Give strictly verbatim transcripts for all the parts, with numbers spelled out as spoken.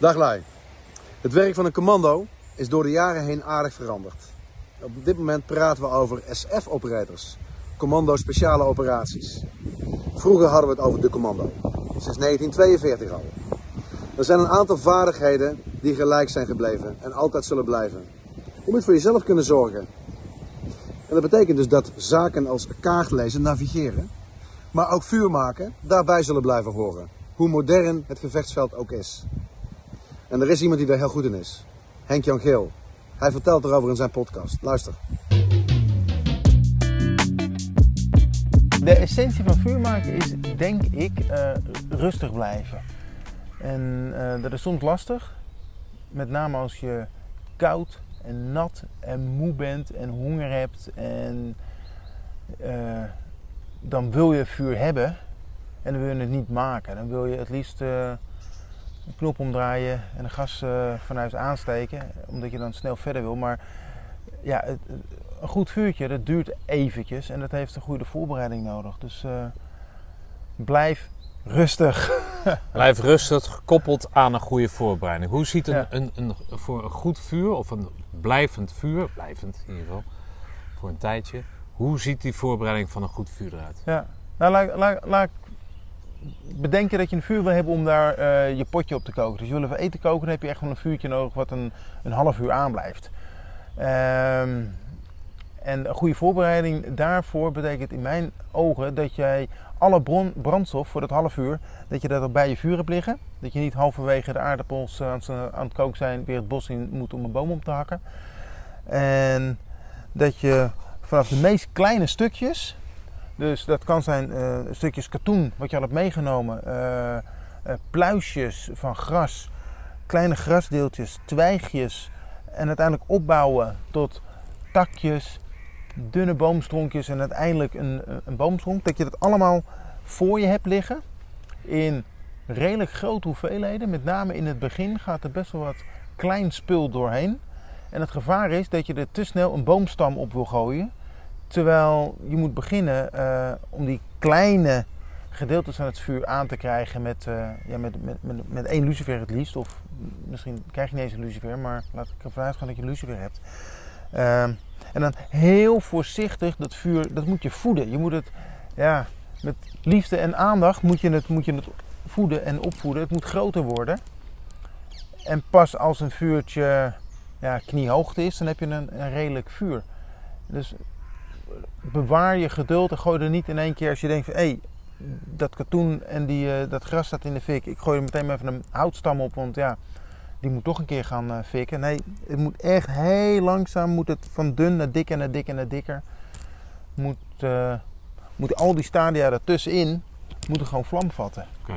Dag Lai. Het werk van een commando is door de jaren heen aardig veranderd. Op dit moment praten we over S F-operators, commando speciale operaties. Vroeger hadden we het over de commando, sinds negentien tweeënveertig al. Er zijn een aantal vaardigheden die gelijk zijn gebleven en altijd zullen blijven. Je moet voor jezelf kunnen zorgen. En dat betekent dus dat zaken als kaart lezen, navigeren, maar ook vuur maken, daarbij zullen blijven horen. Hoe modern het gevechtsveld ook is. En er is iemand die daar heel goed in is. Henk-Jan Geel. Hij vertelt erover in zijn podcast. Luister. De essentie van vuur maken is, denk ik, uh, rustig blijven. En uh, dat is soms lastig. Met name als je koud en nat en moe bent en honger hebt. En uh, dan wil je vuur hebben en dan wil je het niet maken. Dan wil je het liefst uh, een knop omdraaien en een gas uh, vanuit aansteken. Omdat je dan snel verder wil. Maar ja, het, een goed vuurtje, dat duurt eventjes en dat heeft een goede voorbereiding nodig. Dus uh, blijf rustig. Blijf rustig, gekoppeld aan een goede voorbereiding. Hoe ziet een, Ja. een, een, voor een goed vuur, of een blijvend vuur, blijvend in ieder geval, voor een tijdje, hoe ziet die voorbereiding van een goed vuur eruit? Ja, nou laat, laat, laat bedenken dat je een vuur wil hebben om daar uh, je potje op te koken. Dus je wil even eten koken, dan heb je echt wel een vuurtje nodig wat een, een half uur aanblijft. Um, en een goede voorbereiding daarvoor betekent in mijn ogen dat jij alle bron, brandstof voor dat half uur, dat je dat al bij je vuur hebt liggen. Dat je niet halverwege de aardappels aan het, aan het koken zijn weer het bos in moet om een boom op te hakken. En dat je vanaf de meest kleine stukjes, dus dat kan zijn uh, stukjes katoen wat je al hebt meegenomen, uh, uh, pluisjes van gras, kleine grasdeeltjes, twijgjes en uiteindelijk opbouwen tot takjes, dunne boomstronkjes en uiteindelijk een, een boomstronk. Dat je dat allemaal voor je hebt liggen in redelijk grote hoeveelheden. Met name in het begin gaat er best wel wat klein spul doorheen. En het gevaar is dat je er te snel een boomstam op wil gooien. Terwijl je moet beginnen uh, om die kleine gedeeltes van het vuur aan te krijgen met, uh, ja, met, met, met, met één lucifer het liefst. Of misschien krijg je niet eens een lucifer, maar laat ik ervan uitgaan dat je een lucifer hebt. Uh, en dan heel voorzichtig dat vuur, dat moet je voeden. Je moet het, ja, met liefde en aandacht moet je het, moet je het voeden en opvoeden. Het moet groter worden. En pas als een vuurtje ja, kniehoogte is, dan heb je een, een redelijk vuur. Dus bewaar je geduld en gooi er niet in één keer als je denkt van hé, hey, dat katoen en die, uh, dat gras staat in de fik. Ik gooi er meteen maar even een houtstam op, want ja, die moet toch een keer gaan uh, fikken. Nee, het moet echt heel langzaam, moet het van dun naar dikker naar dikker naar dikker. Moet, uh, moet al die stadia ertussenin, moeten gewoon vlam vatten. Okay.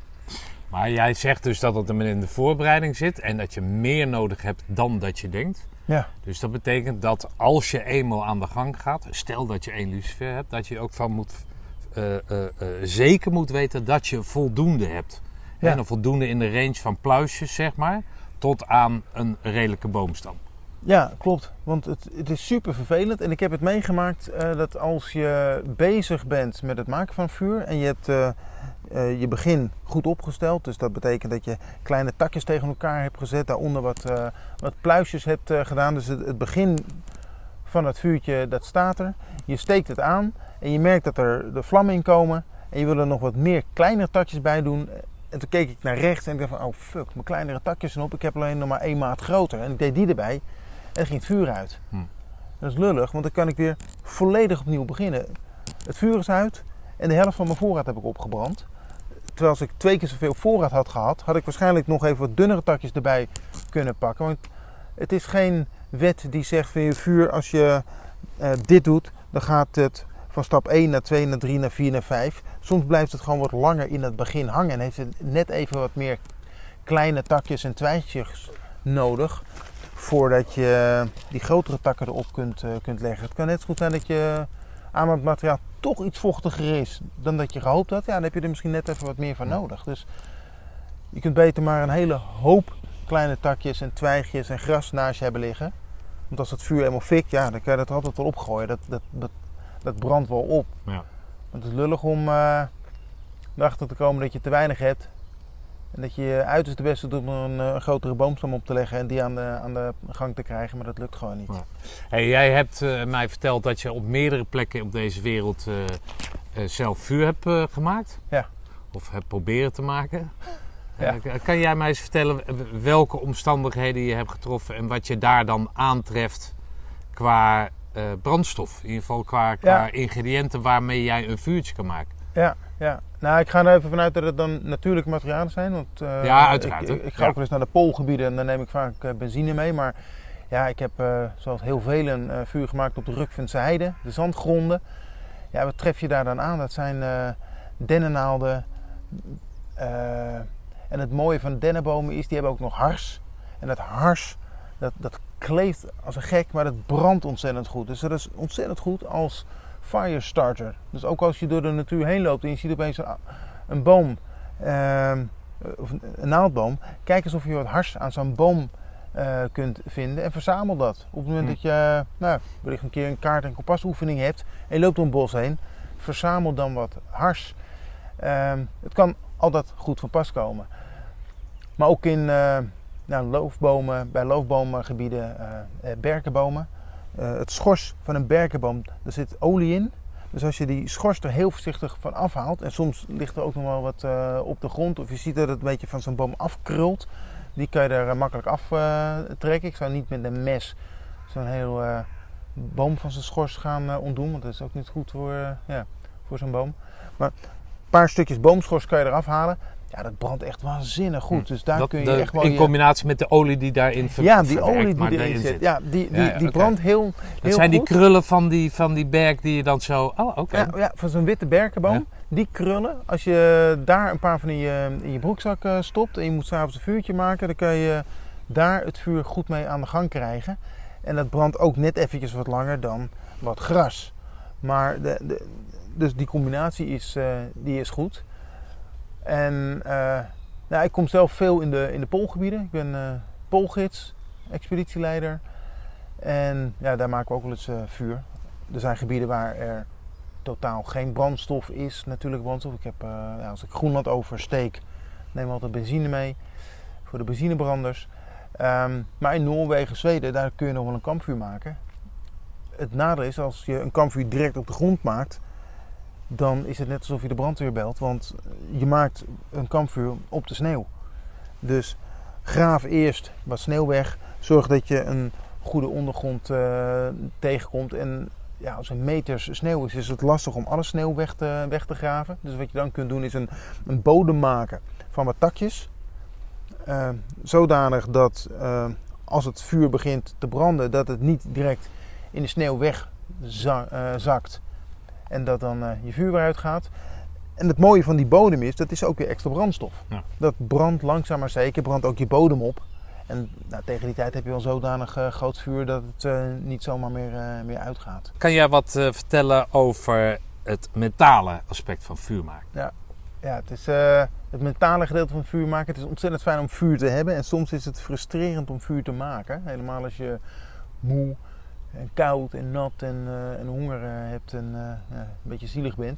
Maar jij zegt dus dat het hem in de voorbereiding zit en dat je meer nodig hebt dan dat je denkt. Ja. Dus dat betekent dat als je eenmaal aan de gang gaat, stel dat je één lucifer hebt, dat je ook van moet, uh, uh, uh, zeker moet weten dat je voldoende hebt. Ja. En een voldoende in de range van pluisjes, zeg maar, tot aan een redelijke boomstam. Ja, klopt. Want het, het is super vervelend. En ik heb het meegemaakt uh, dat als je bezig bent met het maken van vuur en je hebt uh, uh, je begin goed opgesteld. Dus dat betekent dat je kleine takjes tegen elkaar hebt gezet. Daaronder wat, uh, wat pluisjes hebt uh, gedaan. Dus het, het begin van het vuurtje, dat staat er. Je steekt het aan en je merkt dat er de vlammen in komen. En je wil er nog wat meer kleinere takjes bij doen. En toen keek ik naar rechts en ik dacht van, oh fuck, mijn kleinere takjes zijn op. Ik heb alleen nog maar één maat groter. En ik deed die erbij. En dan ging het vuur uit. Hm. Dat is lullig, want dan kan ik weer volledig opnieuw beginnen. Het vuur is uit en de helft van mijn voorraad heb ik opgebrand. Terwijl als ik twee keer zoveel voorraad had gehad, had ik waarschijnlijk nog even wat dunnere takjes erbij kunnen pakken. Want het is geen wet die zegt van je vuur, als je uh, dit doet, dan gaat het van stap één naar twee, naar drie, naar vier, naar vijf. Soms blijft het gewoon wat langer in het begin hangen en heeft het net even wat meer kleine takjes en twijgjes nodig voordat je die grotere takken erop kunt, uh, kunt leggen. Het kan net zo goed zijn dat je aan het materiaal toch iets vochtiger is dan dat je gehoopt had. Ja, dan heb je er misschien net even wat meer van nodig. Dus je kunt beter maar een hele hoop kleine takjes en twijgjes en gras naast je hebben liggen. Want als het vuur helemaal fikt, ja, dan kan je dat er altijd wel opgooien. Dat, dat, dat, dat brandt wel op. Ja. Want het is lullig om uh, erachter te komen dat je te weinig hebt. En dat je je uiterste best doet om er een, een grotere boomstam op te leggen en die aan de, aan de gang te krijgen, maar dat lukt gewoon niet. Ja. Hey, jij hebt uh, mij verteld dat je op meerdere plekken op deze wereld uh, uh, zelf vuur hebt uh, gemaakt. Ja. Of hebt proberen te maken. Ja. Uh, kan jij mij eens vertellen welke omstandigheden je hebt getroffen en wat je daar dan aantreft qua uh, brandstof? In ieder geval qua, qua ja. ingrediënten waarmee jij een vuurtje kan maken. Ja, ja. Nou, ik ga er even vanuit dat het dan natuurlijke materialen zijn. Want, uh, ja, uiteraard. Ik, ik, ik ga ja. ook wel eens naar de Poolgebieden en dan neem ik vaak uh, benzine mee. Maar ja, ik heb uh, zoals heel velen uh, vuur gemaakt op de Rukvense heide, de zandgronden. Ja, wat tref je daar dan aan? Dat zijn uh, dennennaalden. Uh, en het mooie van dennenbomen is, die hebben ook nog hars. En dat hars, dat, dat kleeft als een gek, maar dat brandt ontzettend goed. Dus dat is ontzettend goed als firestarter. Dus ook als je door de natuur heen loopt en je ziet opeens een, een boom, uh, of een naaldboom, kijk eens of je wat hars aan zo'n boom uh, kunt vinden en verzamel dat. Op het moment hm. dat je nou, wellicht een keer een kaart- en kompasoefening hebt en je loopt door een bos heen, verzamel dan wat hars. Uh, het kan altijd goed van pas komen. Maar ook in uh, nou, loofbomen, bij loofbomengebieden, uh, uh, berkenbomen. Uh, het schors van een berkenboom, daar zit olie in. Dus als je die schors er heel voorzichtig van afhaalt, en soms ligt er ook nog wel wat uh, op de grond, of je ziet dat het een beetje van zo'n boom afkrult, die kan je er uh, makkelijk aftrekken. Uh, Ik zou niet met een mes zo'n heel uh, boom van zijn schors gaan uh, ontdoen, want dat is ook niet goed voor, uh, ja, voor zo'n boom. Maar een paar stukjes boomschors kan je eraf halen. Ja, dat brandt echt waanzinnig goed. Dus daar dat, kun je de, echt wel... In je... combinatie met de olie die daarin ver, Ja, die verwerkt, olie die erin erin zit. zit. Ja, die, die, ja, ja, die okay. brandt heel, heel Dat zijn goed. die krullen van die, van die berk die je dan zo... Oh, oké. Okay. Ja, ja, van zo'n witte berkenboom. Ja. Die krullen, als je daar een paar van in je, in je broekzak uh, stopt en je moet s'avonds een vuurtje maken, dan kan je daar het vuur goed mee aan de gang krijgen. En dat brandt ook net eventjes wat langer dan wat gras. Maar de, de, dus die combinatie is, uh, die is goed. En uh, nou, ik kom zelf veel in de, in de Poolgebieden. Ik ben uh, Poolgids, expeditieleider. En ja, daar maken we ook wel eens uh, vuur. Er zijn gebieden waar er totaal geen brandstof is, natuurlijke brandstof. Ik heb, uh, ja, als ik Groenland oversteek, neem ik altijd benzine mee voor de benzinebranders. Um, maar in Noorwegen, Zweden, daar kun je nog wel een kampvuur maken. Het nadeel is, als je een kampvuur direct op de grond maakt, dan is het net alsof je de brandweer belt, want je maakt een kampvuur op de sneeuw. Dus graaf eerst wat sneeuw weg, zorg dat je een goede ondergrond uh, tegenkomt. En ja, als er meters sneeuw is, is het lastig om alle sneeuw weg te, weg te graven. Dus wat je dan kunt doen is een, een bodem maken van wat takjes. Uh, zodanig dat uh, als het vuur begint te branden, dat het niet direct in de sneeuw wegzakt. En dat dan uh, je vuur weer uitgaat. En het mooie van die bodem is, dat is ook weer extra brandstof. Ja. Dat brandt langzaam maar zeker, brandt ook je bodem op. En nou, tegen die tijd heb je wel zodanig uh, groot vuur dat het uh, niet zomaar meer, uh, meer uitgaat. Kan jij wat uh, vertellen over het mentale aspect van vuur maken? Ja, ja het is uh, het mentale gedeelte van vuur maken. Het is ontzettend fijn om vuur te hebben. En soms is het frustrerend om vuur te maken. Helemaal als je moe en koud en nat en, uh, en honger uh, hebt en uh, ja, een beetje zielig bent.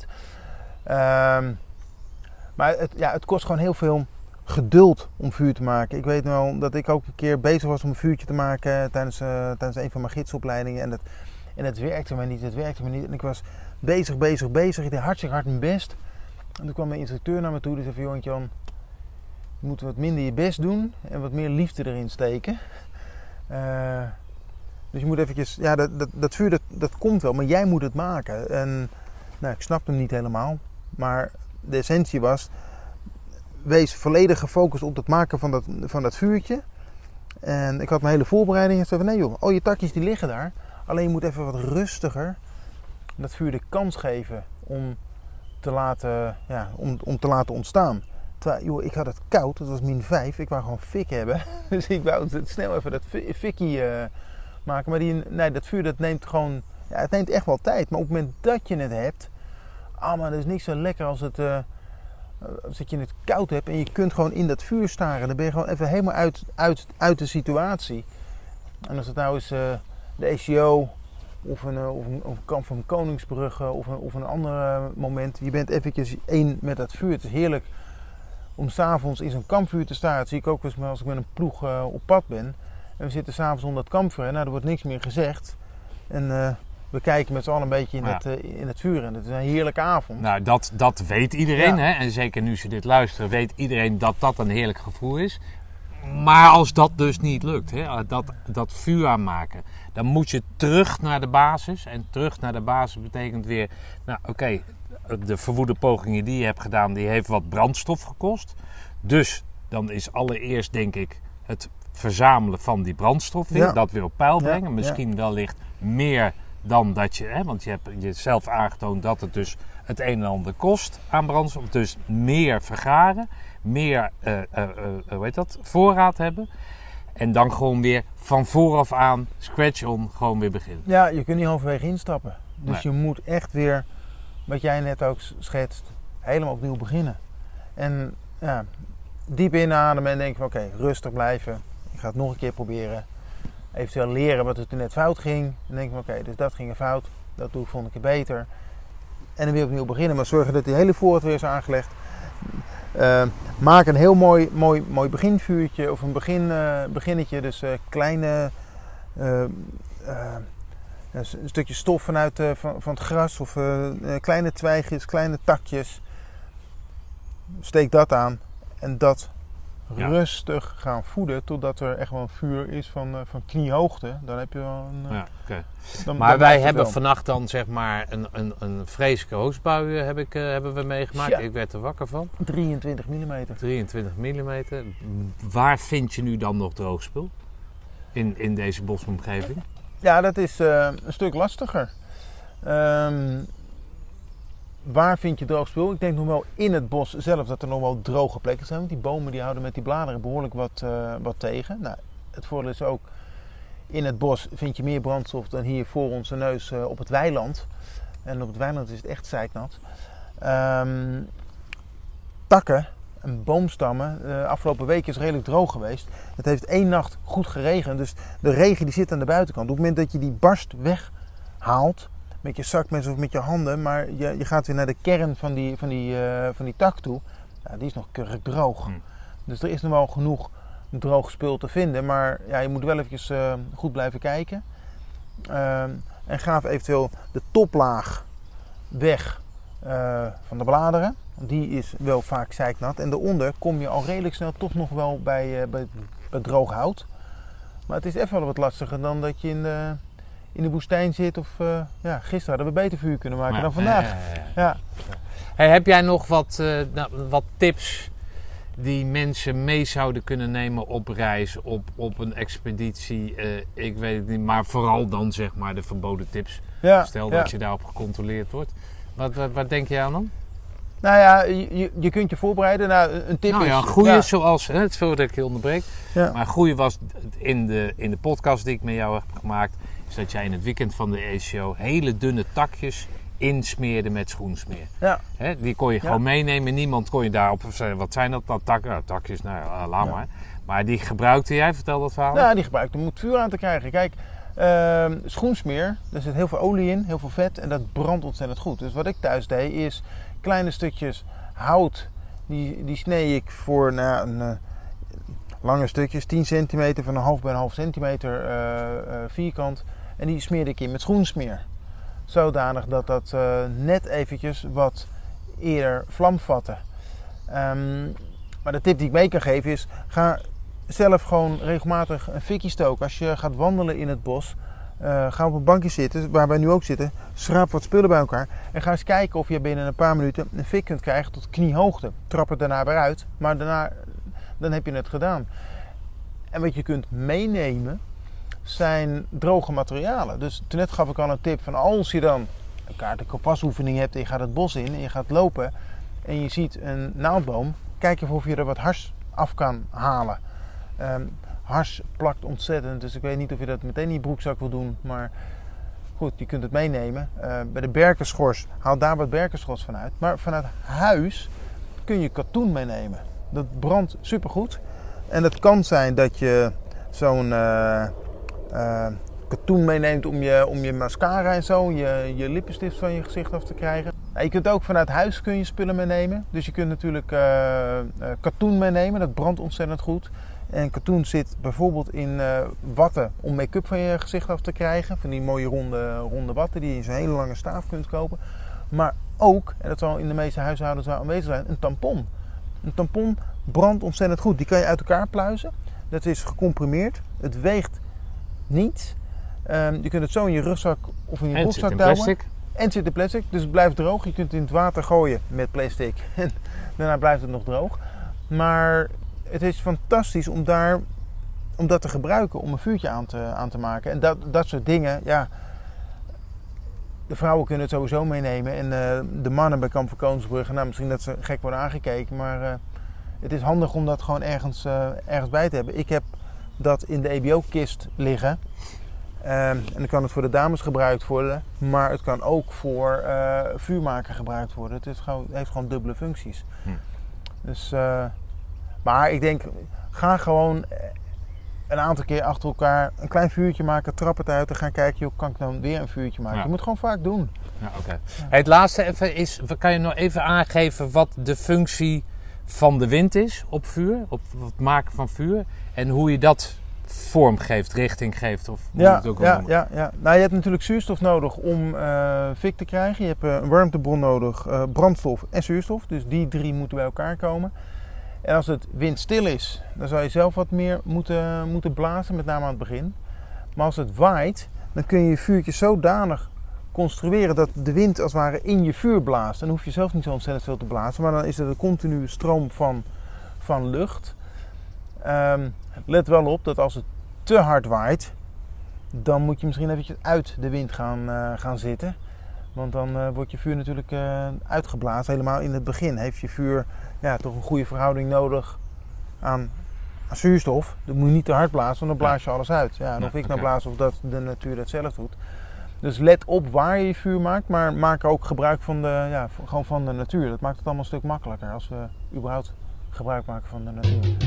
Um, maar het, ja, het kost gewoon heel veel geduld om vuur te maken. Ik weet wel dat ik ook een keer bezig was om een vuurtje te maken tijdens, uh, tijdens een van mijn gidsopleidingen. En, dat, en het werkte maar niet, het werkte maar niet. En ik was bezig, bezig, bezig. Ik deed hartstikke hard mijn best. En toen kwam mijn instructeur naar me toe en zei van, joh, Jan, je moet wat minder je best doen en wat meer liefde erin steken. Uh, dus je moet eventjes, ja, dat, dat, dat vuur dat, dat komt wel, maar jij moet het maken. En nou, ik snapte hem niet helemaal, maar de essentie was, wees volledig gefocust op het maken van dat, van dat vuurtje. En ik had mijn hele voorbereiding en zei van, nee joh, al je takjes die liggen daar. Alleen je moet even wat rustiger dat vuur de kans geven om te laten, ja, om, om te laten ontstaan. Terwijl, joh, ik had het koud, het was min vijf, ik wou gewoon fik hebben. Dus ik wou het snel even dat fikkie uh, maken. Maar die, nee, dat vuur dat neemt gewoon, ja, het neemt echt wel tijd. Maar op het moment dat je het hebt, ah man, dat is niet zo lekker als het... Uh, Als je het koud hebt en je kunt gewoon in dat vuur staren, dan ben je gewoon even helemaal uit, uit, uit de situatie. En als het nou is uh, de E C O of een, uh, of een, of een kamp van Koningsbrugge of een, of een ander uh, moment, je bent eventjes één met dat vuur. Het is heerlijk om s'avonds in zo'n kampvuur te staan. Dat zie ik ook wel eens als ik met een ploeg uh, op pad ben. En we zitten s'avonds onder het kampvuur en nou, er wordt niks meer gezegd. En uh, we kijken met z'n allen een beetje in, ja. het, uh, in het vuur. En het is een heerlijke avond. Nou, dat, dat weet iedereen. Ja. Hè? En zeker nu ze dit luisteren, weet iedereen dat dat een heerlijk gevoel is. Maar als dat dus niet lukt, hè? Dat, dat vuur aanmaken, dan moet je terug naar de basis. En terug naar de basis betekent weer, nou oké, okay, de verwoede pogingen die je hebt gedaan, die heeft wat brandstof gekost. Dus dan is allereerst, denk ik, het verzamelen van die brandstof weer, ja. dat weer op peil brengen. Ja, Misschien ja. wellicht meer dan dat je, hè, want je hebt jezelf aangetoond dat het dus het een en ander kost aan brandstof. Dus meer vergaren, meer uh, uh, uh, hoe heet dat, voorraad hebben. En dan gewoon weer van vooraf aan, scratch on, gewoon weer beginnen. Ja, je kunt niet halverwege instappen. Dus Nee. je moet echt weer, wat jij net ook schetst, helemaal opnieuw beginnen. En ja, diep inademen en denken van oké, okay, rustig blijven. Ik ga het nog een keer proberen. Eventueel leren wat er toen net fout ging. En denk van oké, okay, dus dat ging er fout. Dat doe ik volgende keer beter. En dan weer opnieuw beginnen. Maar zorgen dat die hele voorraad weer is aangelegd. Uh, maak een heel mooi, mooi, mooi beginvuurtje of een begin, uh, beginnetje. Dus uh, kleine uh, uh, een stukje stof vanuit uh, van, van het gras of uh, uh, kleine twijgjes, kleine takjes. Steek dat aan en dat ja. rustig gaan voeden totdat er echt wel een vuur is van, uh, van kniehoogte. Dan heb je wel een... Uh, ja, okay. dan, maar dan wij hebben wel. vannacht dan zeg maar een, een, een vreselijke hoosbui heb ik, uh, hebben we meegemaakt. Ja. Ik werd er wakker van. drieëntwintig millimeter. drieëntwintig millimeter. Waar vind je nu dan nog droogspul? In, in deze bosomgeving? Ja, dat is uh, een stuk lastiger. Um, waar vind je droog spul? Ik denk nog wel in het bos zelf dat er nog wel droge plekken zijn. Want die bomen die houden met die bladeren behoorlijk wat, uh, wat tegen. Nou, het voordeel is ook, in het bos vind je meer brandstof dan hier voor onze neus uh, op het weiland. En op het weiland is het echt zeiknat. Um, takken en boomstammen. De uh, afgelopen week is redelijk droog geweest. Het heeft één nacht goed geregend. Dus de regen die zit aan de buitenkant. Op het moment dat je die barst weghaalt met je zakmes of met je handen, maar je, je gaat weer naar de kern van die, van die, uh, van die tak toe. Ja, die is nog keurig droog. Hmm. Dus er is nog wel genoeg droog spul te vinden. Maar ja, je moet wel eventjes uh, goed blijven kijken. Uh, en gaaf eventueel de toplaag weg uh, van de bladeren. Die is wel vaak zeiknat. En daaronder kom je al redelijk snel toch nog wel bij, uh, bij, bij droog hout. Maar het is even wel wat lastiger dan dat je in de, in de woestijn zit. Of uh, ja, gisteren hadden we beter vuur kunnen maken ja, dan vandaag. Ja, ja, ja. Ja. Hey, heb jij nog wat, uh, nou, wat tips die mensen mee zouden kunnen nemen op reis, op, op een expeditie? Uh, ik weet het niet, maar vooral dan zeg maar de verboden tips. Ja, Stel ja. dat je daarop gecontroleerd wordt. Wat, wat, wat denk jij aan dan? Nou ja, je, je kunt je voorbereiden. Nou, een tip nou ja, is... groeien ja. zoals... Het is veel dat ik je onderbreek. Ja. Maar groeien was in de, in de podcast die ik met jou heb gemaakt, is dat jij in het weekend van de E-show hele dunne takjes insmeerde met schoensmeer. Ja. He, die kon je ja. gewoon meenemen. Niemand kon je daarop zeggen, wat zijn dat? dat tak, nou, takjes, nou ja, laat ja. maar. Maar die gebruikte jij, vertel dat verhaal. Ja, die gebruikte om het vuur aan te krijgen. Kijk, uh, schoensmeer, daar zit heel veel olie in, heel veel vet en dat brandt ontzettend goed. Dus wat ik thuis deed is kleine stukjes hout, die, die snee ik voor nou, een, uh, lange stukjes, tien centimeter van een half bij een half centimeter uh, uh, vierkant. En die smeerde ik in met schoensmeer. Zodanig dat dat uh, net eventjes wat eerder vlam vatte. Um, maar de tip die ik mee kan geven is, ga zelf gewoon regelmatig een fikkie stoken. Als je gaat wandelen in het bos, uh, ga op een bankje zitten, waar wij nu ook zitten, schraap wat spullen bij elkaar en ga eens kijken of je binnen een paar minuten een fik kunt krijgen tot kniehoogte. Trap het daarna weer uit, maar daarna dan heb je het gedaan. En wat je kunt meenemen zijn droge materialen. Dus toen net gaf ik al een tip van als je dan een kaart- en kompasoefening hebt en je gaat het bos in en je gaat lopen en je ziet een naaldboom, kijk even of je er wat hars af kan halen. Um, hars plakt ontzettend, dus ik weet niet of je dat meteen in je broekzak wil doen, maar goed, je kunt het meenemen. Uh, bij de berkenschors, haal daar wat berkenschors vanuit. Maar vanuit huis kun je katoen meenemen. Dat brandt supergoed. En het kan zijn dat je zo'n uh, uh, katoen meeneemt om je, om je mascara en zo, je, je lippenstift van je gezicht af te krijgen. Nou, je kunt ook vanuit huis kun je spullen meenemen. Dus je kunt natuurlijk uh, uh, katoen meenemen, dat brandt ontzettend goed. En katoen zit bijvoorbeeld in uh, watten om make-up van je gezicht af te krijgen. Van die mooie ronde, ronde watten die je in zo'n hele lange staaf kunt kopen. Maar ook, en dat zal in de meeste huishoudens wel aanwezig zijn, een tampon. Een tampon brandt ontzettend goed. Die kan je uit elkaar pluizen. Dat is gecomprimeerd. Het weegt niets. Um, je kunt het zo in je rugzak of in je broekzak douwen. Plastic. En het zit in plastic, dus het blijft droog. Je kunt het in het water gooien met plastic en daarna blijft het nog droog. Maar het is fantastisch om, daar, om dat te gebruiken, om een vuurtje aan te, aan te maken. En dat, dat soort dingen, ja. De vrouwen kunnen het sowieso meenemen. En uh, de mannen bij Kamp van Koningsbrugge, nou misschien dat ze gek worden aangekeken. Maar uh, het is handig om dat gewoon ergens, uh, ergens bij te hebben. Ik heb dat in de E B O-kist liggen. Um, en dan kan het voor de dames gebruikt worden, maar het kan ook voor uh, vuurmaker gebruikt worden. Het, is gewoon, het heeft gewoon dubbele functies. Hm. Dus, uh, maar ik denk, ga gewoon een aantal keer achter elkaar een klein vuurtje maken, trap het uit en gaan kijken, joh, kan ik dan weer een vuurtje maken? Ja. Je moet het gewoon vaak doen. Ja, okay. Ja. Het laatste even is, kan je nog even aangeven wat de functie van de wind is op vuur, op het maken van vuur en hoe je dat vorm geeft, richting geeft of hoe ja, het ook ja, ja, ja. Nou, je hebt natuurlijk zuurstof nodig om uh, fik te krijgen. Je hebt uh, een warmtebron nodig, uh, brandstof en zuurstof. Dus die drie moeten bij elkaar komen. En als het windstil is, dan zou je zelf wat meer moeten, moeten blazen, met name aan het begin. Maar als het waait, dan kun je je vuurtje zodanig construeren dat de wind als het ware in je vuur blaast. Dan hoef je zelf niet zo ontzettend veel te blazen, maar dan is er een continue stroom van, van lucht. Um, let wel op dat als het te hard waait, dan moet je misschien eventjes uit de wind gaan, uh, gaan zitten. Want dan uh, wordt je vuur natuurlijk uh, uitgeblazen. Helemaal in het begin heeft je vuur ja, toch een goede verhouding nodig aan, aan zuurstof. Dan moet je niet te hard blazen, want dan blaas je alles uit. Ja, en of ja, ik nou okay. blaas of dat de natuur dat zelf doet. Dus let op waar je je vuur maakt, maar maak ook gebruik van de, ja, gewoon van de natuur. Dat maakt het allemaal een stuk makkelijker als we überhaupt gebruik maken van de natuur.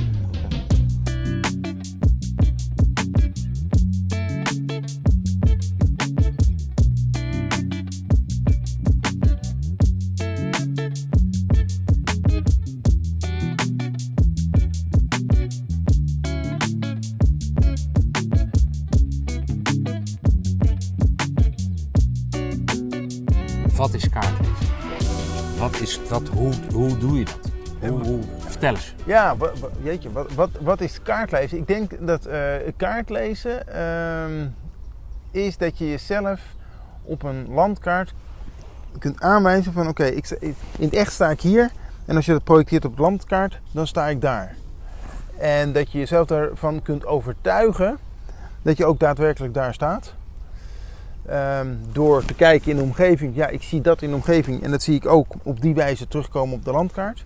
Wat is kaartlezen? Wat is, wat, hoe, hoe doe je dat? Hoe, hoe, vertel eens. Ja, w- w- jeetje, wat, wat, wat is kaartlezen? Ik denk dat uh, kaartlezen uh, is dat je jezelf op een landkaart kunt aanwijzen van oké, okay, in het echt sta ik hier en als je dat projecteert op de landkaart, dan sta ik daar. En dat je jezelf daarvan kunt overtuigen dat je ook daadwerkelijk daar staat. Um, door te kijken in de omgeving, ja, ik zie dat in de omgeving en dat zie ik ook op die wijze terugkomen op de landkaart.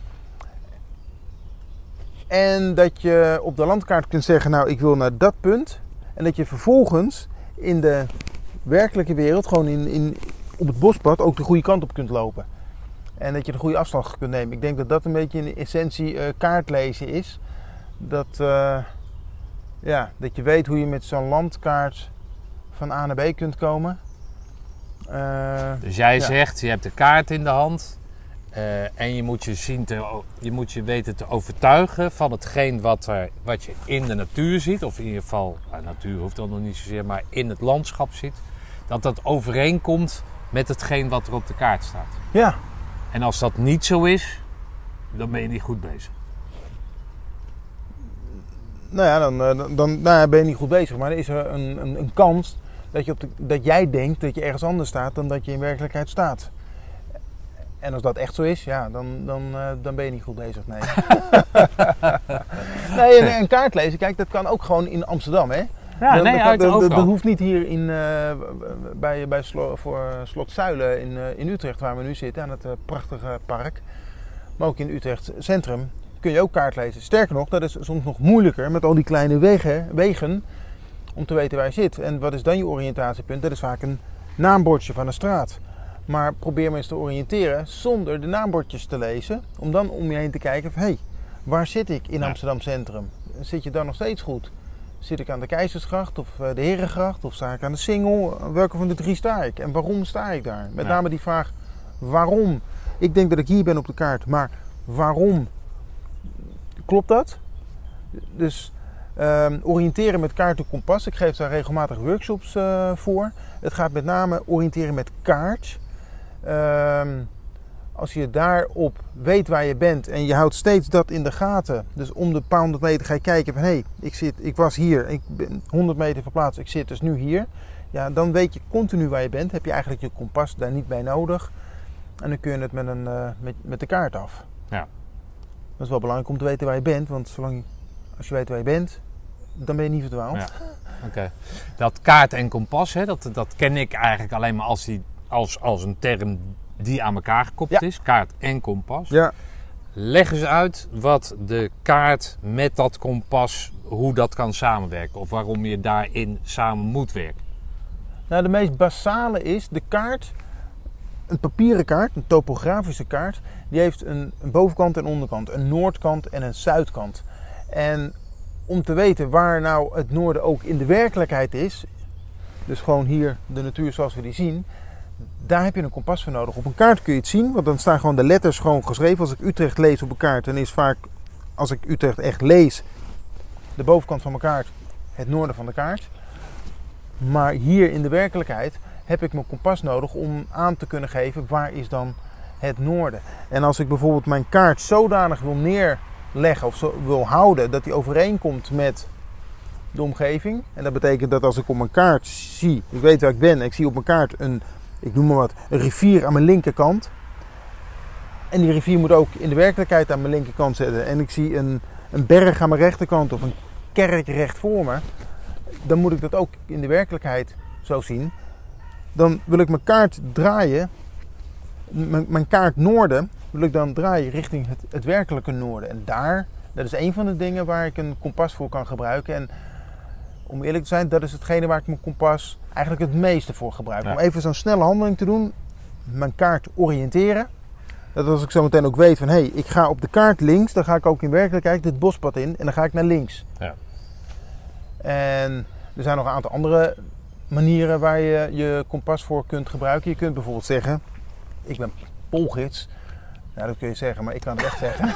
En dat je op de landkaart kunt zeggen, nou, ik wil naar dat punt. En dat je vervolgens in de werkelijke wereld, gewoon in, in, op het bospad, ook de goede kant op kunt lopen. En dat je de goede afslag kunt nemen. Ik denk dat dat een beetje in de essentie uh, kaartlezen is. Dat, uh, ja, dat je weet hoe je met zo'n landkaart van A naar B kunt komen. Uh, dus jij ja. zegt, je hebt de kaart in de hand uh, en je moet je, zien te, je moet je weten te overtuigen van hetgeen wat, er, wat je in de natuur ziet, of in ieder geval, nou, natuur hoeft dan nog niet zozeer, maar in het landschap ziet, dat dat overeenkomt met hetgeen wat er op de kaart staat. Ja. En als dat niet zo is, dan ben je niet goed bezig. Nou ja, dan, dan, dan nou, ben je niet goed bezig, maar er is er een, een, een kans dat, je op de, dat jij denkt dat je ergens anders staat dan dat je in werkelijkheid staat. En als dat echt zo is, ja, dan, dan, uh, dan ben je niet goed bezig, nee. nee, en, en kaartlezen, kijk, dat kan ook gewoon in Amsterdam, hè. Ja, dat, nee, dat, uit dat, dat, overal. dat hoeft niet hier in, uh, bij, bij Slo, voor Slot Zuilen in, uh, in Utrecht, waar we nu zitten, aan het uh, prachtige park. Maar ook in Utrecht Centrum kun je ook kaart lezen. Sterker nog, dat is soms nog moeilijker met al die kleine wegen, wegen om te weten waar je zit. En wat is dan je oriëntatiepunt? Dat is vaak een naambordje van een straat. Maar probeer maar eens te oriënteren zonder de naambordjes te lezen. Om dan om je heen te kijken van, hé, hey, waar zit ik in Amsterdam Centrum? Zit je dan nog steeds goed? Zit ik aan de Keizersgracht of de Herengracht of sta ik aan de Singel? Welke van de drie sta ik? En waarom sta ik daar? Met ja. name die vraag, waarom? Ik denk dat ik hier ben op de kaart, maar waarom klopt dat? Dus um, oriënteren met kaart en kompas. Ik geef daar regelmatig workshops uh, voor. Het gaat met name oriënteren met kaart. Um, als je daarop weet waar je bent en je houdt steeds dat in de gaten. Dus om de paar honderd meter ga je kijken van hé, hey, ik, zit, ik was hier, ik ben honderd meter verplaatst, ik zit dus nu hier. Ja, dan weet je continu waar je bent. Heb je eigenlijk je kompas daar niet bij nodig. En dan kun je het met, een, uh, met, met de kaart af. Ja. Dat is wel belangrijk om te weten waar je bent. Want zolang je, als je weet waar je bent, dan ben je niet verdwaald. Ja. Oké. Okay. Dat kaart en kompas, hè, dat, dat ken ik eigenlijk alleen maar als, die, als, als een term die aan elkaar gekoppeld ja. is. Kaart en kompas. Ja. Leg eens uit wat de kaart met dat kompas, hoe dat kan samenwerken. Of waarom je daarin samen moet werken. Nou, de meest basale is de kaart. Een papieren kaart, een topografische kaart, die heeft een, een bovenkant en onderkant, een noordkant en een zuidkant. En om te weten waar nou het noorden ook in de werkelijkheid is, dus gewoon hier de natuur zoals we die zien, daar heb je een kompas voor nodig. Op een kaart kun je het zien, want dan staan gewoon de letters gewoon geschreven. Als ik Utrecht lees op een kaart, dan is vaak, als ik Utrecht echt lees, de bovenkant van mijn kaart het noorden van de kaart. Maar hier in de werkelijkheid heb ik mijn kompas nodig om aan te kunnen geven waar is dan het noorden. En als ik bijvoorbeeld mijn kaart zodanig wil neerleggen of zo wil houden dat die overeenkomt met de omgeving. En dat betekent dat als ik op mijn kaart zie, ik weet waar ik ben, ik zie op mijn kaart een, ik noem maar wat, een rivier aan mijn linkerkant. En die rivier moet ook in de werkelijkheid aan mijn linkerkant zitten. En ik zie een, een berg aan mijn rechterkant of een kerk recht voor me. Dan moet ik dat ook in de werkelijkheid zo zien. Dan wil ik mijn kaart draaien, mijn, mijn kaart noorden, wil ik dan draaien richting het, het werkelijke noorden. En daar, dat is een van de dingen waar ik een kompas voor kan gebruiken. En om eerlijk te zijn, dat is hetgene waar ik mijn kompas eigenlijk het meeste voor gebruik. Ja. Om even zo'n snelle handeling te doen, mijn kaart oriënteren. Dat als ik zo meteen ook weet van, hé, hey, ik ga op de kaart links, dan ga ik ook in werkelijkheid dit bospad in en dan ga ik naar links. Ja. En er zijn nog een aantal andere manieren waar je je kompas voor kunt gebruiken. Je kunt bijvoorbeeld zeggen, ik ben poolgids. Nou, dat kun je zeggen, maar ik kan het echt zeggen.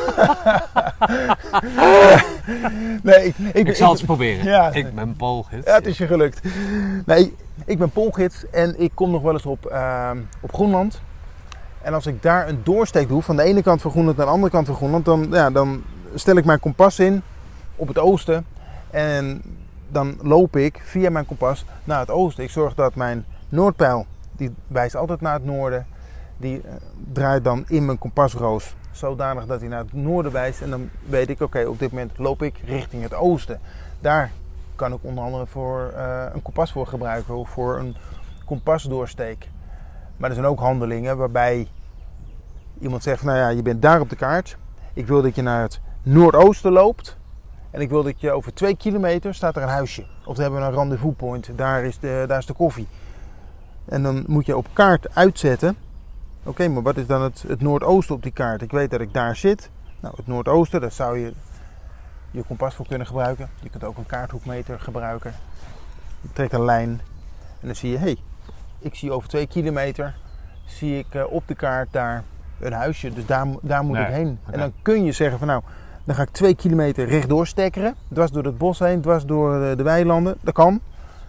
nee, ik, ik, ik zal ik, het eens proberen. Ja, ik ben poolgids. Ja, het is je gelukt. Nee, ik, ik ben poolgids en ik kom nog wel eens op, uh, op Groenland. En als ik daar een doorsteek doe, van de ene kant van Groenland naar de andere kant van Groenland, dan, ja, dan stel ik mijn kompas in op het oosten. En dan loop ik via mijn kompas naar het oosten. Ik zorg dat mijn noordpijl, die wijst altijd naar het noorden, die uh, draait dan in mijn kompasroos zodanig dat hij naar het noorden wijst. En dan weet ik, oké, okay, op dit moment loop ik richting het oosten. Daar kan ik onder andere voor uh, een kompas voor gebruiken of voor een kompasdoorsteek. Maar er zijn ook handelingen waarbij iemand zegt, nou ja, je bent daar op de kaart. Ik wil dat je naar het noordoosten loopt. En ik wil dat je over twee kilometer staat er een huisje. Of dan hebben we een rendezvous point. Daar is de, daar is de koffie. En dan moet je op kaart uitzetten. Oké, okay, maar wat is dan het, het noordoosten op die kaart? Ik weet dat ik daar zit. Nou, het noordoosten, daar zou je je kompas voor kunnen gebruiken. Je kunt ook een kaarthoekmeter gebruiken. Je trekt een lijn. En dan zie je, hé, hey, ik zie over twee kilometer, zie ik uh, op de kaart daar een huisje. Dus daar, daar moet nee, ik heen. Okay. En dan kun je zeggen van nou, dan ga ik twee kilometer rechtdoor stekkeren. Dwars door het bos heen, dwars door de, de weilanden. Dat kan.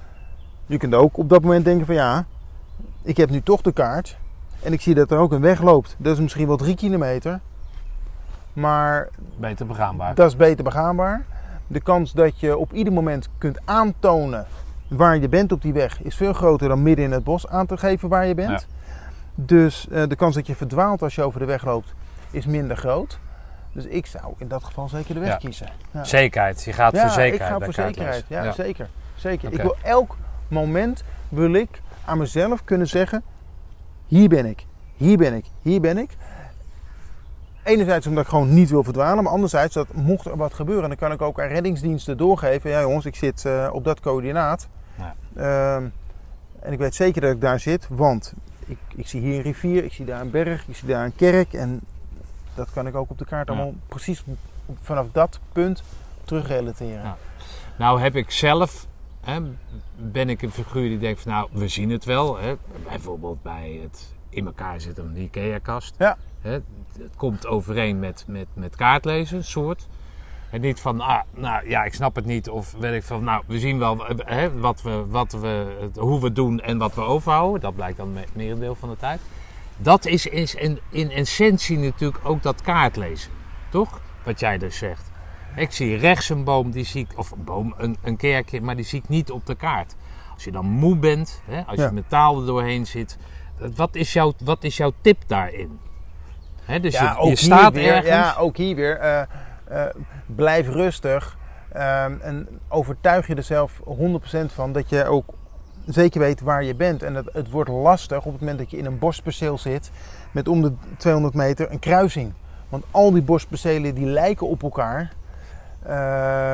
Je kunt ook op dat moment denken van ja, ik heb nu toch de kaart. En ik zie dat er ook een weg loopt. Dat is misschien wel drie kilometer. Maar beter begaanbaar. Dat is beter begaanbaar. De kans dat je op ieder moment kunt aantonen waar je bent op die weg is veel groter dan midden in het bos aan te geven waar je bent. Ja. Dus uh, de kans dat je verdwaalt als je over de weg loopt is minder groot. Dus ik zou in dat geval zeker de weg ja. kiezen. Ja. Zekerheid, je gaat ja, voor zekerheid. ik ga voor zekerheid. Ja, ja, zeker. zeker. Okay. Ik wil elk moment wil ik aan mezelf kunnen zeggen, hier ben ik, hier ben ik, hier ben ik. Enerzijds omdat ik gewoon niet wil verdwalen, maar anderzijds dat mocht er wat gebeuren, dan kan ik ook aan reddingsdiensten doorgeven. Ja jongens, ik zit uh, op dat coördinaat. Ja. Uh, en ik weet zeker dat ik daar zit, want ik, ik zie hier een rivier, ik zie daar een berg, ik zie daar een kerk. En dat kan ik ook op de kaart ja. allemaal precies vanaf dat punt terugrelateren. Ja. Nou heb ik zelf, hè, ben ik een figuur die denkt van nou, we zien het wel. Hè, bijvoorbeeld bij het in elkaar zit een IKEA-kast. Ja. Hè, het komt overeen met, met, met kaartlezen, soort. En niet van, ah, nou ja, ik snap het niet. Of weet ik van, nou, we zien wel hè, wat we, wat we, hoe we het doen en wat we overhouden. Dat blijkt dan het merendeel van de tijd. Dat is, is in, in essentie natuurlijk ook dat kaartlezen. Toch? Wat jij dus zegt. Ik zie rechts een boom, die zie ik, of een boom, een, een kerkje, maar die zie ik niet op de kaart. Als je dan moe bent, hè, als je Ja. met taal er doorheen zit. Wat is jouw, wat is jouw tip daarin? Hè, dus Ja, je, ook je staat hier weer, ergens. Ja, ook hier weer. eh, eh, blijf rustig. eh, en overtuig je er zelf honderd procent van dat je ook zeker weet waar je bent. En het, het wordt lastig op het moment dat je in een bosperceel zit met om de tweehonderd meter een kruising. Want al die bospercelen die lijken op elkaar. Eh,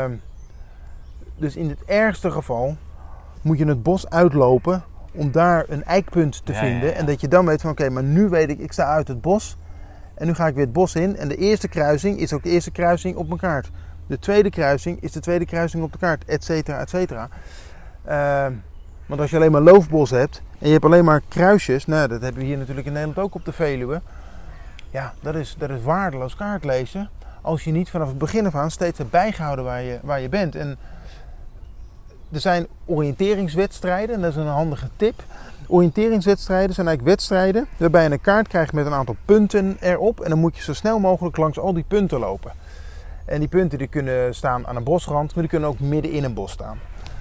dus in het ergste geval moet je het bos uitlopen om daar een eikpunt te Ja, vinden. ja, ja. En dat je dan weet van oké, maar nu weet ik, ik sta uit het bos. En nu ga ik weer het bos in. En de eerste kruising is ook de eerste kruising op mijn kaart. De tweede kruising is de tweede kruising op de kaart. Et cetera, et cetera. Uh, want als je alleen maar loofbos hebt en je hebt alleen maar kruisjes. Nou, dat hebben we hier natuurlijk in Nederland ook op de Veluwe. Ja, dat is, dat is waardeloos kaartlezen. Als je niet vanaf het begin af aan steeds hebt bijgehouden waar je, waar je bent. En er zijn oriënteringswedstrijden. En dat is een handige tip. Oriënteringswedstrijden zijn eigenlijk wedstrijden waarbij je een kaart krijgt met een aantal punten erop. En dan moet je zo snel mogelijk langs al die punten lopen. En die punten die kunnen staan aan een bosrand, maar die kunnen ook midden in een bos staan.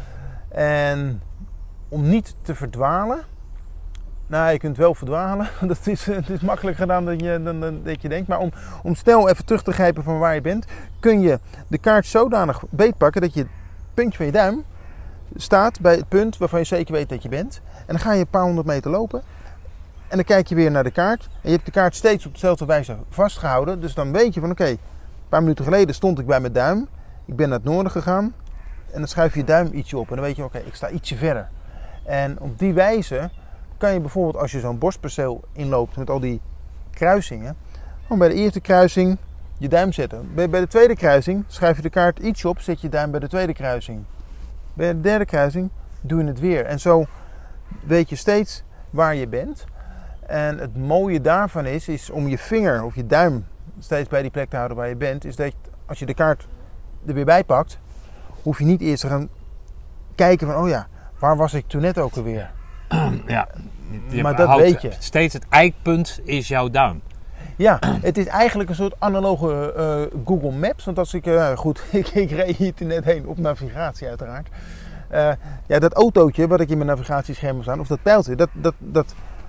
En om niet te verdwalen. Nou, je kunt wel verdwalen. Dat is, het is makkelijker gedaan dan je, dan, dan, dat je denkt. Maar om, om snel even terug te grijpen van waar je bent, kun je de kaart zodanig beetpakken dat je het puntje van je duim staat bij het punt waarvan je zeker weet dat je bent. En dan ga je een paar honderd meter lopen. En dan kijk je weer naar de kaart. En je hebt de kaart steeds op dezelfde wijze vastgehouden. Dus dan weet je van oké, okay, een paar minuten geleden stond ik bij mijn duim. Ik ben naar het noorden gegaan. En dan schuif je je duim ietsje op. En dan weet je oké, okay, ik sta ietsje verder. En op die wijze kan je bijvoorbeeld als je zo'n bosperceel inloopt met al die kruisingen. Gewoon bij de eerste kruising je duim zetten. Bij de tweede kruising schuif je de kaart ietsje op. Zet je duim bij de tweede kruising. Bij de derde kruising doe je het weer. En zo weet je steeds waar je bent. En het mooie daarvan is, is om je vinger of je duim steeds bij die plek te houden waar je bent. Is dat je, als je de kaart er weer bij pakt, hoef je niet eerst te gaan kijken van, oh ja, waar was ik toen net ook alweer? Ja, je Maar dat houdt weet je. Steeds het eikpunt is jouw duim. Ja, het is eigenlijk een soort analoge uh, Google Maps. Want als ik, uh, goed, ik, ik reed hier net heen op navigatie uiteraard. Uh, ja, dat autootje wat ik in mijn navigatiescherm heb staan, of dat pijltje, dat, dat, dat,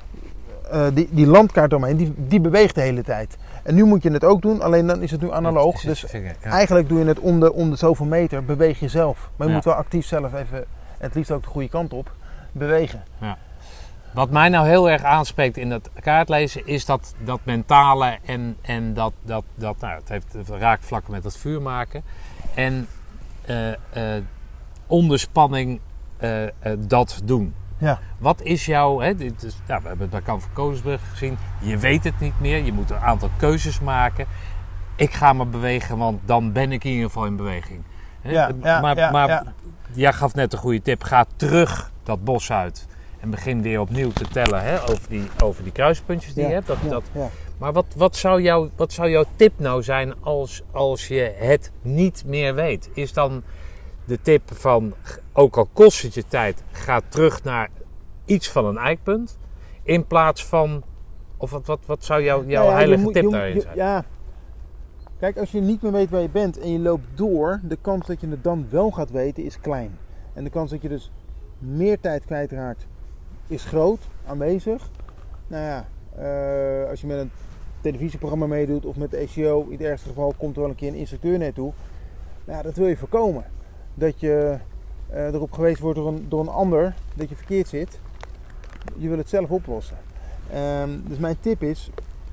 uh, die, die landkaart omheen, die, die beweegt de hele tijd. En nu moet je het ook doen, alleen dan is het nu analoog. Dus vinger, ja. eigenlijk doe je het om de, om de zoveel meter, beweeg je zelf. Maar je Ja. moet wel actief zelf even, het liefst ook de goede kant op, bewegen. Ja. Wat mij nou heel erg aanspreekt in dat kaartlezen is dat, dat mentale en, en dat, dat, dat nou, het heeft raakvlakken met het vuur maken. En uh, uh, onderspanning uh, uh, dat doen. Ja. Wat is jouw, hè, dit is, nou, we hebben het bij Kamp van Koningsbrug gezien, je weet het niet meer, je moet een aantal keuzes maken. Ik ga maar bewegen, want dan ben ik in ieder geval in beweging. Hè? Ja, ja, maar ja, maar ja. jij gaf net een goede tip, ga terug dat bos uit. En begin weer opnieuw te tellen hè, over, die, over die kruispuntjes die Ja, je hebt. Dat, ja, dat. ja. Maar wat, wat, zou jouw, wat zou jouw tip nou zijn als, als je het niet meer weet? Is dan de tip van, ook al kost het je tijd, ga terug naar iets van een eikpunt. In plaats van, of wat, wat, wat zou jouw, jouw Nou ja, je heilige moet- tip je- daarin je- zijn? Ja. Kijk, als je niet meer weet waar je bent en je loopt door, de kans dat je het dan wel gaat weten is klein. En de kans dat je dus meer tijd kwijtraakt is groot, aanwezig. Nou ja, eh, als je met een televisieprogramma meedoet of met de E C O, in het ergste geval komt er wel een keer een instructeur naartoe. Nou, dat wil je voorkomen. Dat je eh, erop gewezen wordt door een, door een ander, dat je verkeerd zit. Je wil het zelf oplossen. Ehm, dus mijn tip is,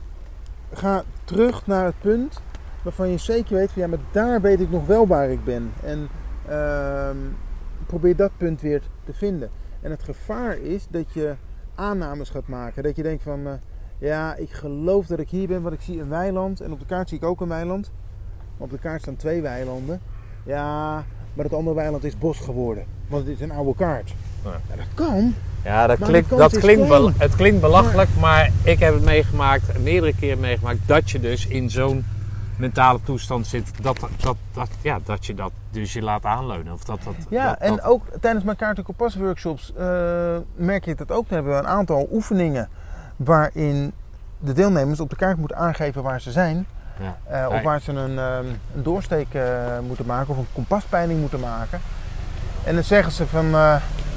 ga terug naar het punt waarvan je zeker weet van ja, maar daar weet ik nog wel waar ik ben. En ehm, probeer dat punt weer te vinden. En het gevaar is dat je aannames gaat maken. Dat je denkt van, uh, ja, ik geloof dat ik hier ben, want ik zie een weiland. En op de kaart zie ik ook een weiland. Op de kaart staan twee weilanden. Ja, maar het andere weiland is bos geworden. Want het is een oude kaart. Ja, dat kan. Ja, dat Maar klinkt, de kans dat is klinkt, klein. bel- het klinkt belachelijk, maar ik heb het meegemaakt, meerdere keren meegemaakt, dat je dus in zo'n mentale toestand zit, dat, dat, dat, ja, dat je dat dus je laat aanleunen. Of dat, dat, Ja, dat, en dat- ook tijdens mijn kaart- en kompas workshops uh, merk je dat ook. Dan hebben we een aantal oefeningen waarin de deelnemers op de kaart moeten aangeven waar ze zijn. ja. Uh, of Nee. waar ze een, um, een doorsteek uh, moeten maken of een kompaspeiling moeten maken. En dan zeggen ze van... Uh,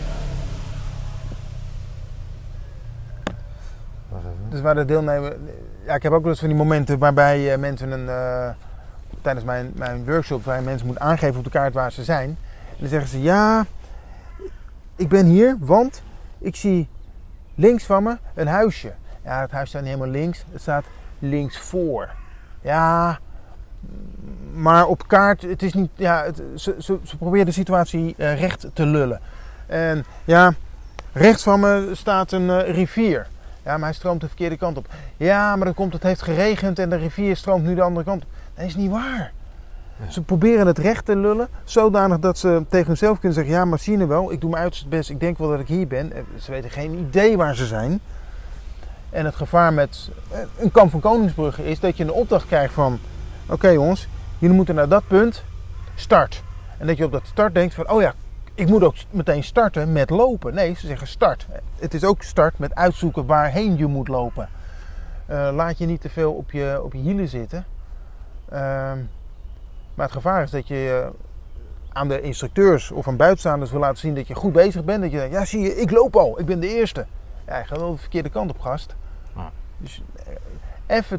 dus waar de deelnemer... Ja, ik heb ook wel eens van die momenten waarbij uh, mensen een... Uh, tijdens mijn, mijn workshop waar mensen moeten aangeven op de kaart waar ze zijn. En dan zeggen ze, ja, ik ben hier, want ik zie links van me een huisje. Ja, het huis staat niet helemaal links, het staat links voor. Ja, maar op kaart, het is niet, ja, het, ze, ze, ze proberen de situatie uh, recht te lullen. En ja, rechts van me staat een uh, rivier. Ja, maar hij stroomt de verkeerde kant op. Ja, maar dan komt het heeft geregend en de rivier stroomt nu de andere kant op. Dat is niet waar. Ja. Ze proberen het recht te lullen, zodanig dat ze tegen hunzelf kunnen zeggen, ja, maar zie je wel, ik doe mijn uiterste best, ik denk wel dat ik hier ben. Ze weten geen idee waar ze zijn. En het gevaar met een kamp van Koningsbrugge is dat je een opdracht krijgt van, oké okay, jongens, jullie moeten naar dat punt, start. En dat je op dat start denkt van, oh ja, ik moet ook meteen starten met lopen. Nee, ze zeggen start. Het is ook start met uitzoeken waarheen je moet lopen. Uh, laat je niet te veel op je, op je hielen zitten. Uh, maar het gevaar is dat je uh, aan de instructeurs of aan buitenstaanders wil laten zien dat je goed bezig bent. Dat je denkt, ja zie je, ik loop al, ik ben de eerste. Ja, je gaat wel de verkeerde kant op, gast. Ja. Dus uh, even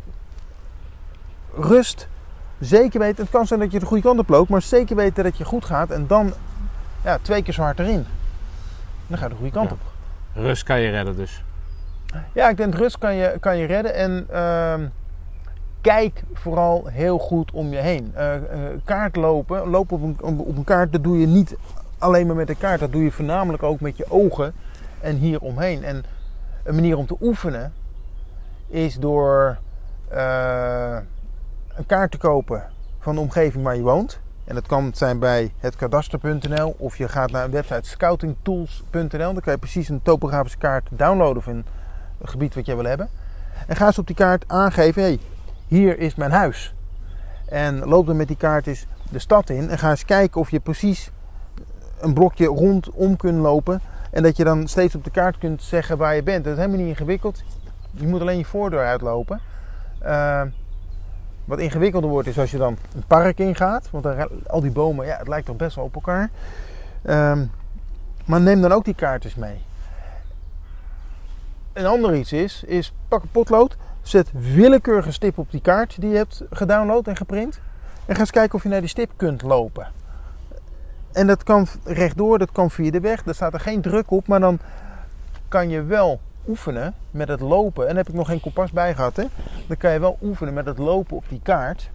rust. Zeker weten, het kan zijn dat je de goede kant op loopt, maar zeker weten dat je goed gaat en dan ja, twee keer zo hard erin. Dan ga je de goede kant ja. op. Rust kan je redden dus. Ja, ik denk rust kan je, kan je redden en uh, kijk vooral heel goed om je heen. Uh, uh, kaart lopen, lopen op een, op een kaart, dat doe je niet alleen maar met een kaart. Dat doe je voornamelijk ook met je ogen en hier omheen. En een manier om te oefenen is door uh, een kaart te kopen van de omgeving waar je woont. En dat kan zijn bij het kadaster punt n l of je gaat naar een website scouting tools punt n l. Dan kan je precies een topografische kaart downloaden van het gebied wat jij wil hebben. En ga eens op die kaart aangeven, hey, hier is mijn huis. En loop dan met die kaart eens de stad in en ga eens kijken of je precies een blokje rondom kunt lopen. En dat je dan steeds op de kaart kunt zeggen waar je bent. Dat is helemaal niet ingewikkeld. Je moet alleen je voordeur uitlopen. Uh, Wat ingewikkelder wordt is als je dan een park ingaat. Want daar, al die bomen, ja, het lijkt toch best wel op elkaar. Um, maar neem dan ook die kaart eens mee. Een ander iets is, is pak een potlood. Zet willekeurige stip op die kaart die je hebt gedownload en geprint. En ga eens kijken of je naar die stip kunt lopen. En dat kan rechtdoor, dat kan via de weg. Daar staat er geen druk op, maar dan kan je wel oefenen met het lopen. En daar heb ik nog geen kompas bij gehad. Hè? Dan kan je wel oefenen met het lopen op die kaart.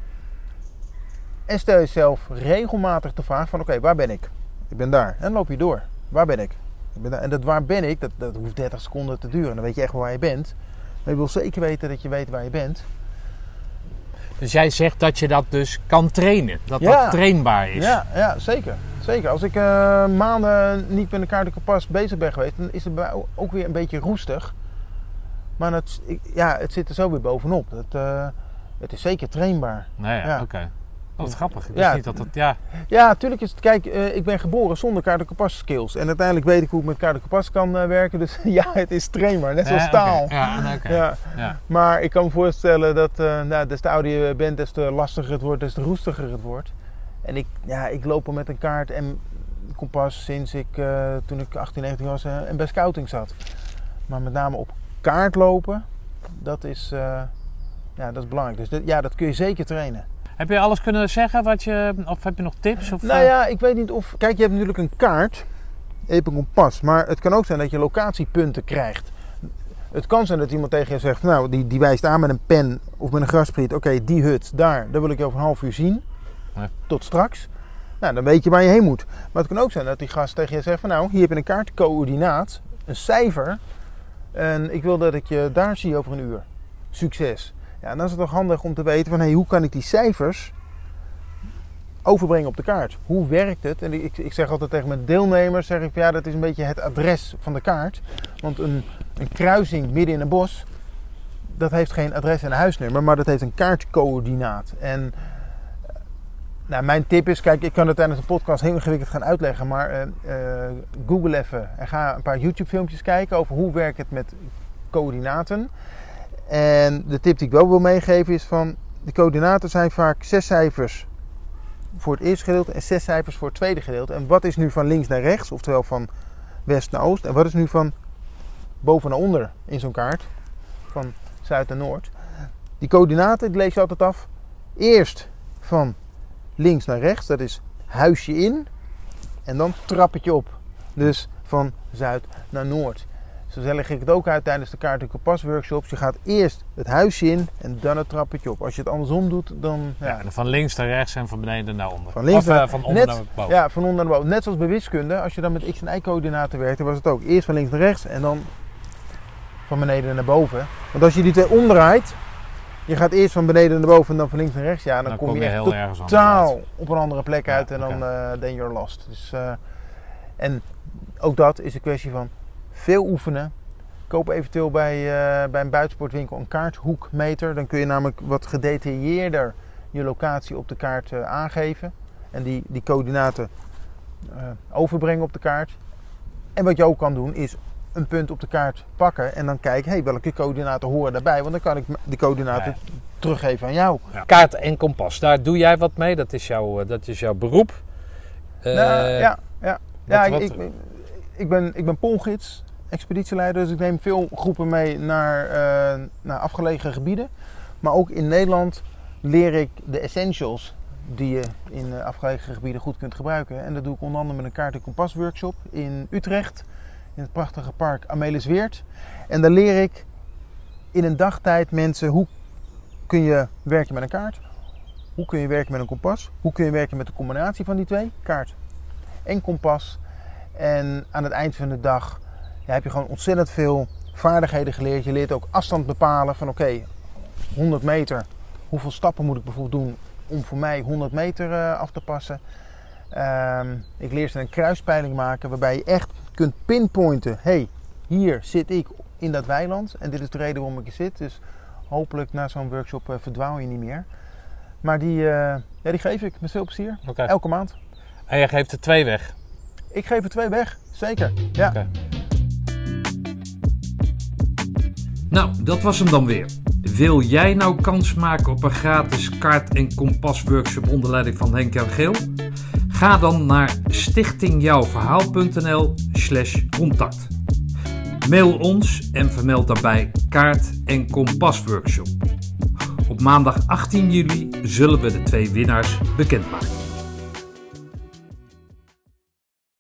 En stel jezelf regelmatig de vraag van oké, okay, waar ben ik? Ik ben daar. En dan loop je door. Waar ben ik? Ik ben daar. En dat waar ben ik, dat, dat hoeft dertig seconden te duren. Dan weet je echt waar je bent. Maar je wil zeker weten dat je weet waar je bent. Dus jij zegt dat je dat dus kan trainen. Dat Ja. dat trainbaar is. Ja, ja zeker. zeker. Als ik uh, maanden niet met een kaart en kompas bezig ben geweest, dan is het bij mij ook weer een beetje roestig. Maar het, ja, het zit er zo weer bovenop. Het, uh, het is zeker trainbaar. Nee, ja, Ja. oké. Okay. Oh, wat grappig. Ik Ja. wist niet dat dat... Ja. Ja, natuurlijk is het... Kijk, uh, ik ben geboren zonder kaart en kompas skills. En uiteindelijk weet ik hoe ik met kaart en kompas kan uh, werken. Dus ja, het is trainbaar. Net zoals Ja, taal. okay. Ja, oké. Okay. Ja. Ja. Maar ik kan me voorstellen dat uh, nou, des te ouder je bent, des te lastiger het wordt, des te roestiger het wordt. En ik, ja, ik loop er met een kaart en kompas sinds ik, uh, toen ik achttien, negentien was uh, en bij scouting zat. Maar met name op kaart lopen, dat is, uh, ja, dat is belangrijk. Dus dat, ja, dat kun je zeker trainen. Heb je alles kunnen zeggen wat je, of heb je nog tips? Of, nou ja, ik weet niet of... Kijk, je hebt natuurlijk een kaart, je hebt een kompas, maar het kan ook zijn dat je locatiepunten krijgt. Het kan zijn dat iemand tegen je zegt, nou, die, die wijst aan met een pen of met een graspriet. Oké, okay, die hut, daar, daar wil ik je over een half uur zien. Ja. Tot straks. Nou, dan weet je waar je heen moet. Maar het kan ook zijn dat die gast tegen je zegt van, nou, hier heb je een kaart, coördinaat, een cijfer. En ik wil dat ik je daar zie over een uur. Succes. Ja, en dan is het toch handig om te weten van, hey, hoe kan ik die cijfers overbrengen op de kaart. Hoe werkt het? En ik, ik zeg altijd tegen mijn deelnemers, zeg ik, ja, dat is een beetje het adres van de kaart. Want een, een kruising midden in een bos, dat heeft geen adres en huisnummer, maar dat heeft een kaartcoördinaat. En nou, mijn tip is, kijk, ik kan het tijdens de podcast heel ingewikkeld gaan uitleggen, maar uh, uh, Google even en ga een paar YouTube filmpjes kijken over hoe werkt het met coördinaten. En de tip die ik wel wil meegeven is van, de coördinaten zijn vaak zes cijfers voor het eerste gedeelte en zes cijfers voor het tweede gedeelte. En wat is nu van links naar rechts, oftewel van west naar oost, en wat is nu van boven naar onder in zo'n kaart, van zuid naar noord. Die coördinaten die lees je altijd af, eerst van links naar rechts, dat is huisje in, en dan trappetje op. Dus van zuid naar noord. Zo leg ik het ook uit tijdens de kaart- en kompasworkshops. Je gaat eerst het huisje in en dan het trappetje op. Als je het andersom doet, dan... Ja. Ja, van links naar rechts en van beneden naar onder. Van links of, uh, naar, van onder net, naar boven. Ja, van onder naar boven. Net zoals bij wiskunde. Als je dan met x- en y-coördinaten werkte, was het ook. Eerst van links naar rechts en dan van beneden naar boven. Want als je die twee omdraait, je gaat eerst van beneden naar boven en dan van links naar rechts. Ja, dan, dan kom je, je echt heel totaal op een andere plek uit ja, en dan okay. uh, then you're lost. Dus, uh, en ook dat is een kwestie van veel oefenen. Koop eventueel bij, uh, bij een buitensportwinkel een kaarthoekmeter. Dan kun je namelijk wat gedetailleerder je locatie op de kaart uh, aangeven. En die, die coördinaten uh, overbrengen op de kaart. En wat je ook kan doen is een punt op de kaart pakken. En dan kijken, hey, welke coördinaten horen daarbij. Want dan kan ik de coördinaten ja. teruggeven aan jou. Ja. Kaart en kompas, daar doe jij wat mee. Dat is jouw, dat is jouw beroep. Uh, nou, ja, ja. ja wat, ik, wat... Ik, ik, ben, ik ben poolgids. Expeditieleider, dus ik neem veel groepen mee naar, uh, naar afgelegen gebieden. Maar ook in Nederland leer ik de essentials die je in uh, afgelegen gebieden goed kunt gebruiken. En dat doe ik onder andere met een kaart- en kompasworkshop in Utrecht, in het prachtige park Amelisweert. En daar leer ik in een dagtijd mensen hoe kun je werken met een kaart, hoe kun je werken met een kompas, hoe kun je werken met de combinatie van die twee, kaart en kompas. En aan het eind van de dag ja, heb je gewoon ontzettend veel vaardigheden geleerd. Je leert ook afstand bepalen van oké, okay, honderd meter. Hoeveel stappen moet ik bijvoorbeeld doen om voor mij honderd meter uh, af te passen. Um, ik leer ze een kruispeiling maken waarbij je echt kunt pinpointen. Hé, hey, hier zit ik in dat weiland en dit is de reden waarom ik er zit. Dus hopelijk na zo'n workshop uh, verdwaal je niet meer. Maar die, uh, ja, die geef ik met veel plezier. Okay. Elke maand. En je geeft er twee weg? Ik geef er twee weg, zeker. Ja. Okay. Nou, dat was hem dan weer. Wil jij nou kans maken op een gratis kaart- en kompasworkshop onder leiding van Henk Jan Geel? Ga dan naar stichtingjouwverhaal.nl slash contact. Mail ons en vermeld daarbij kaart- en kompasworkshop. Op maandag achttien juli zullen we de twee winnaars bekendmaken.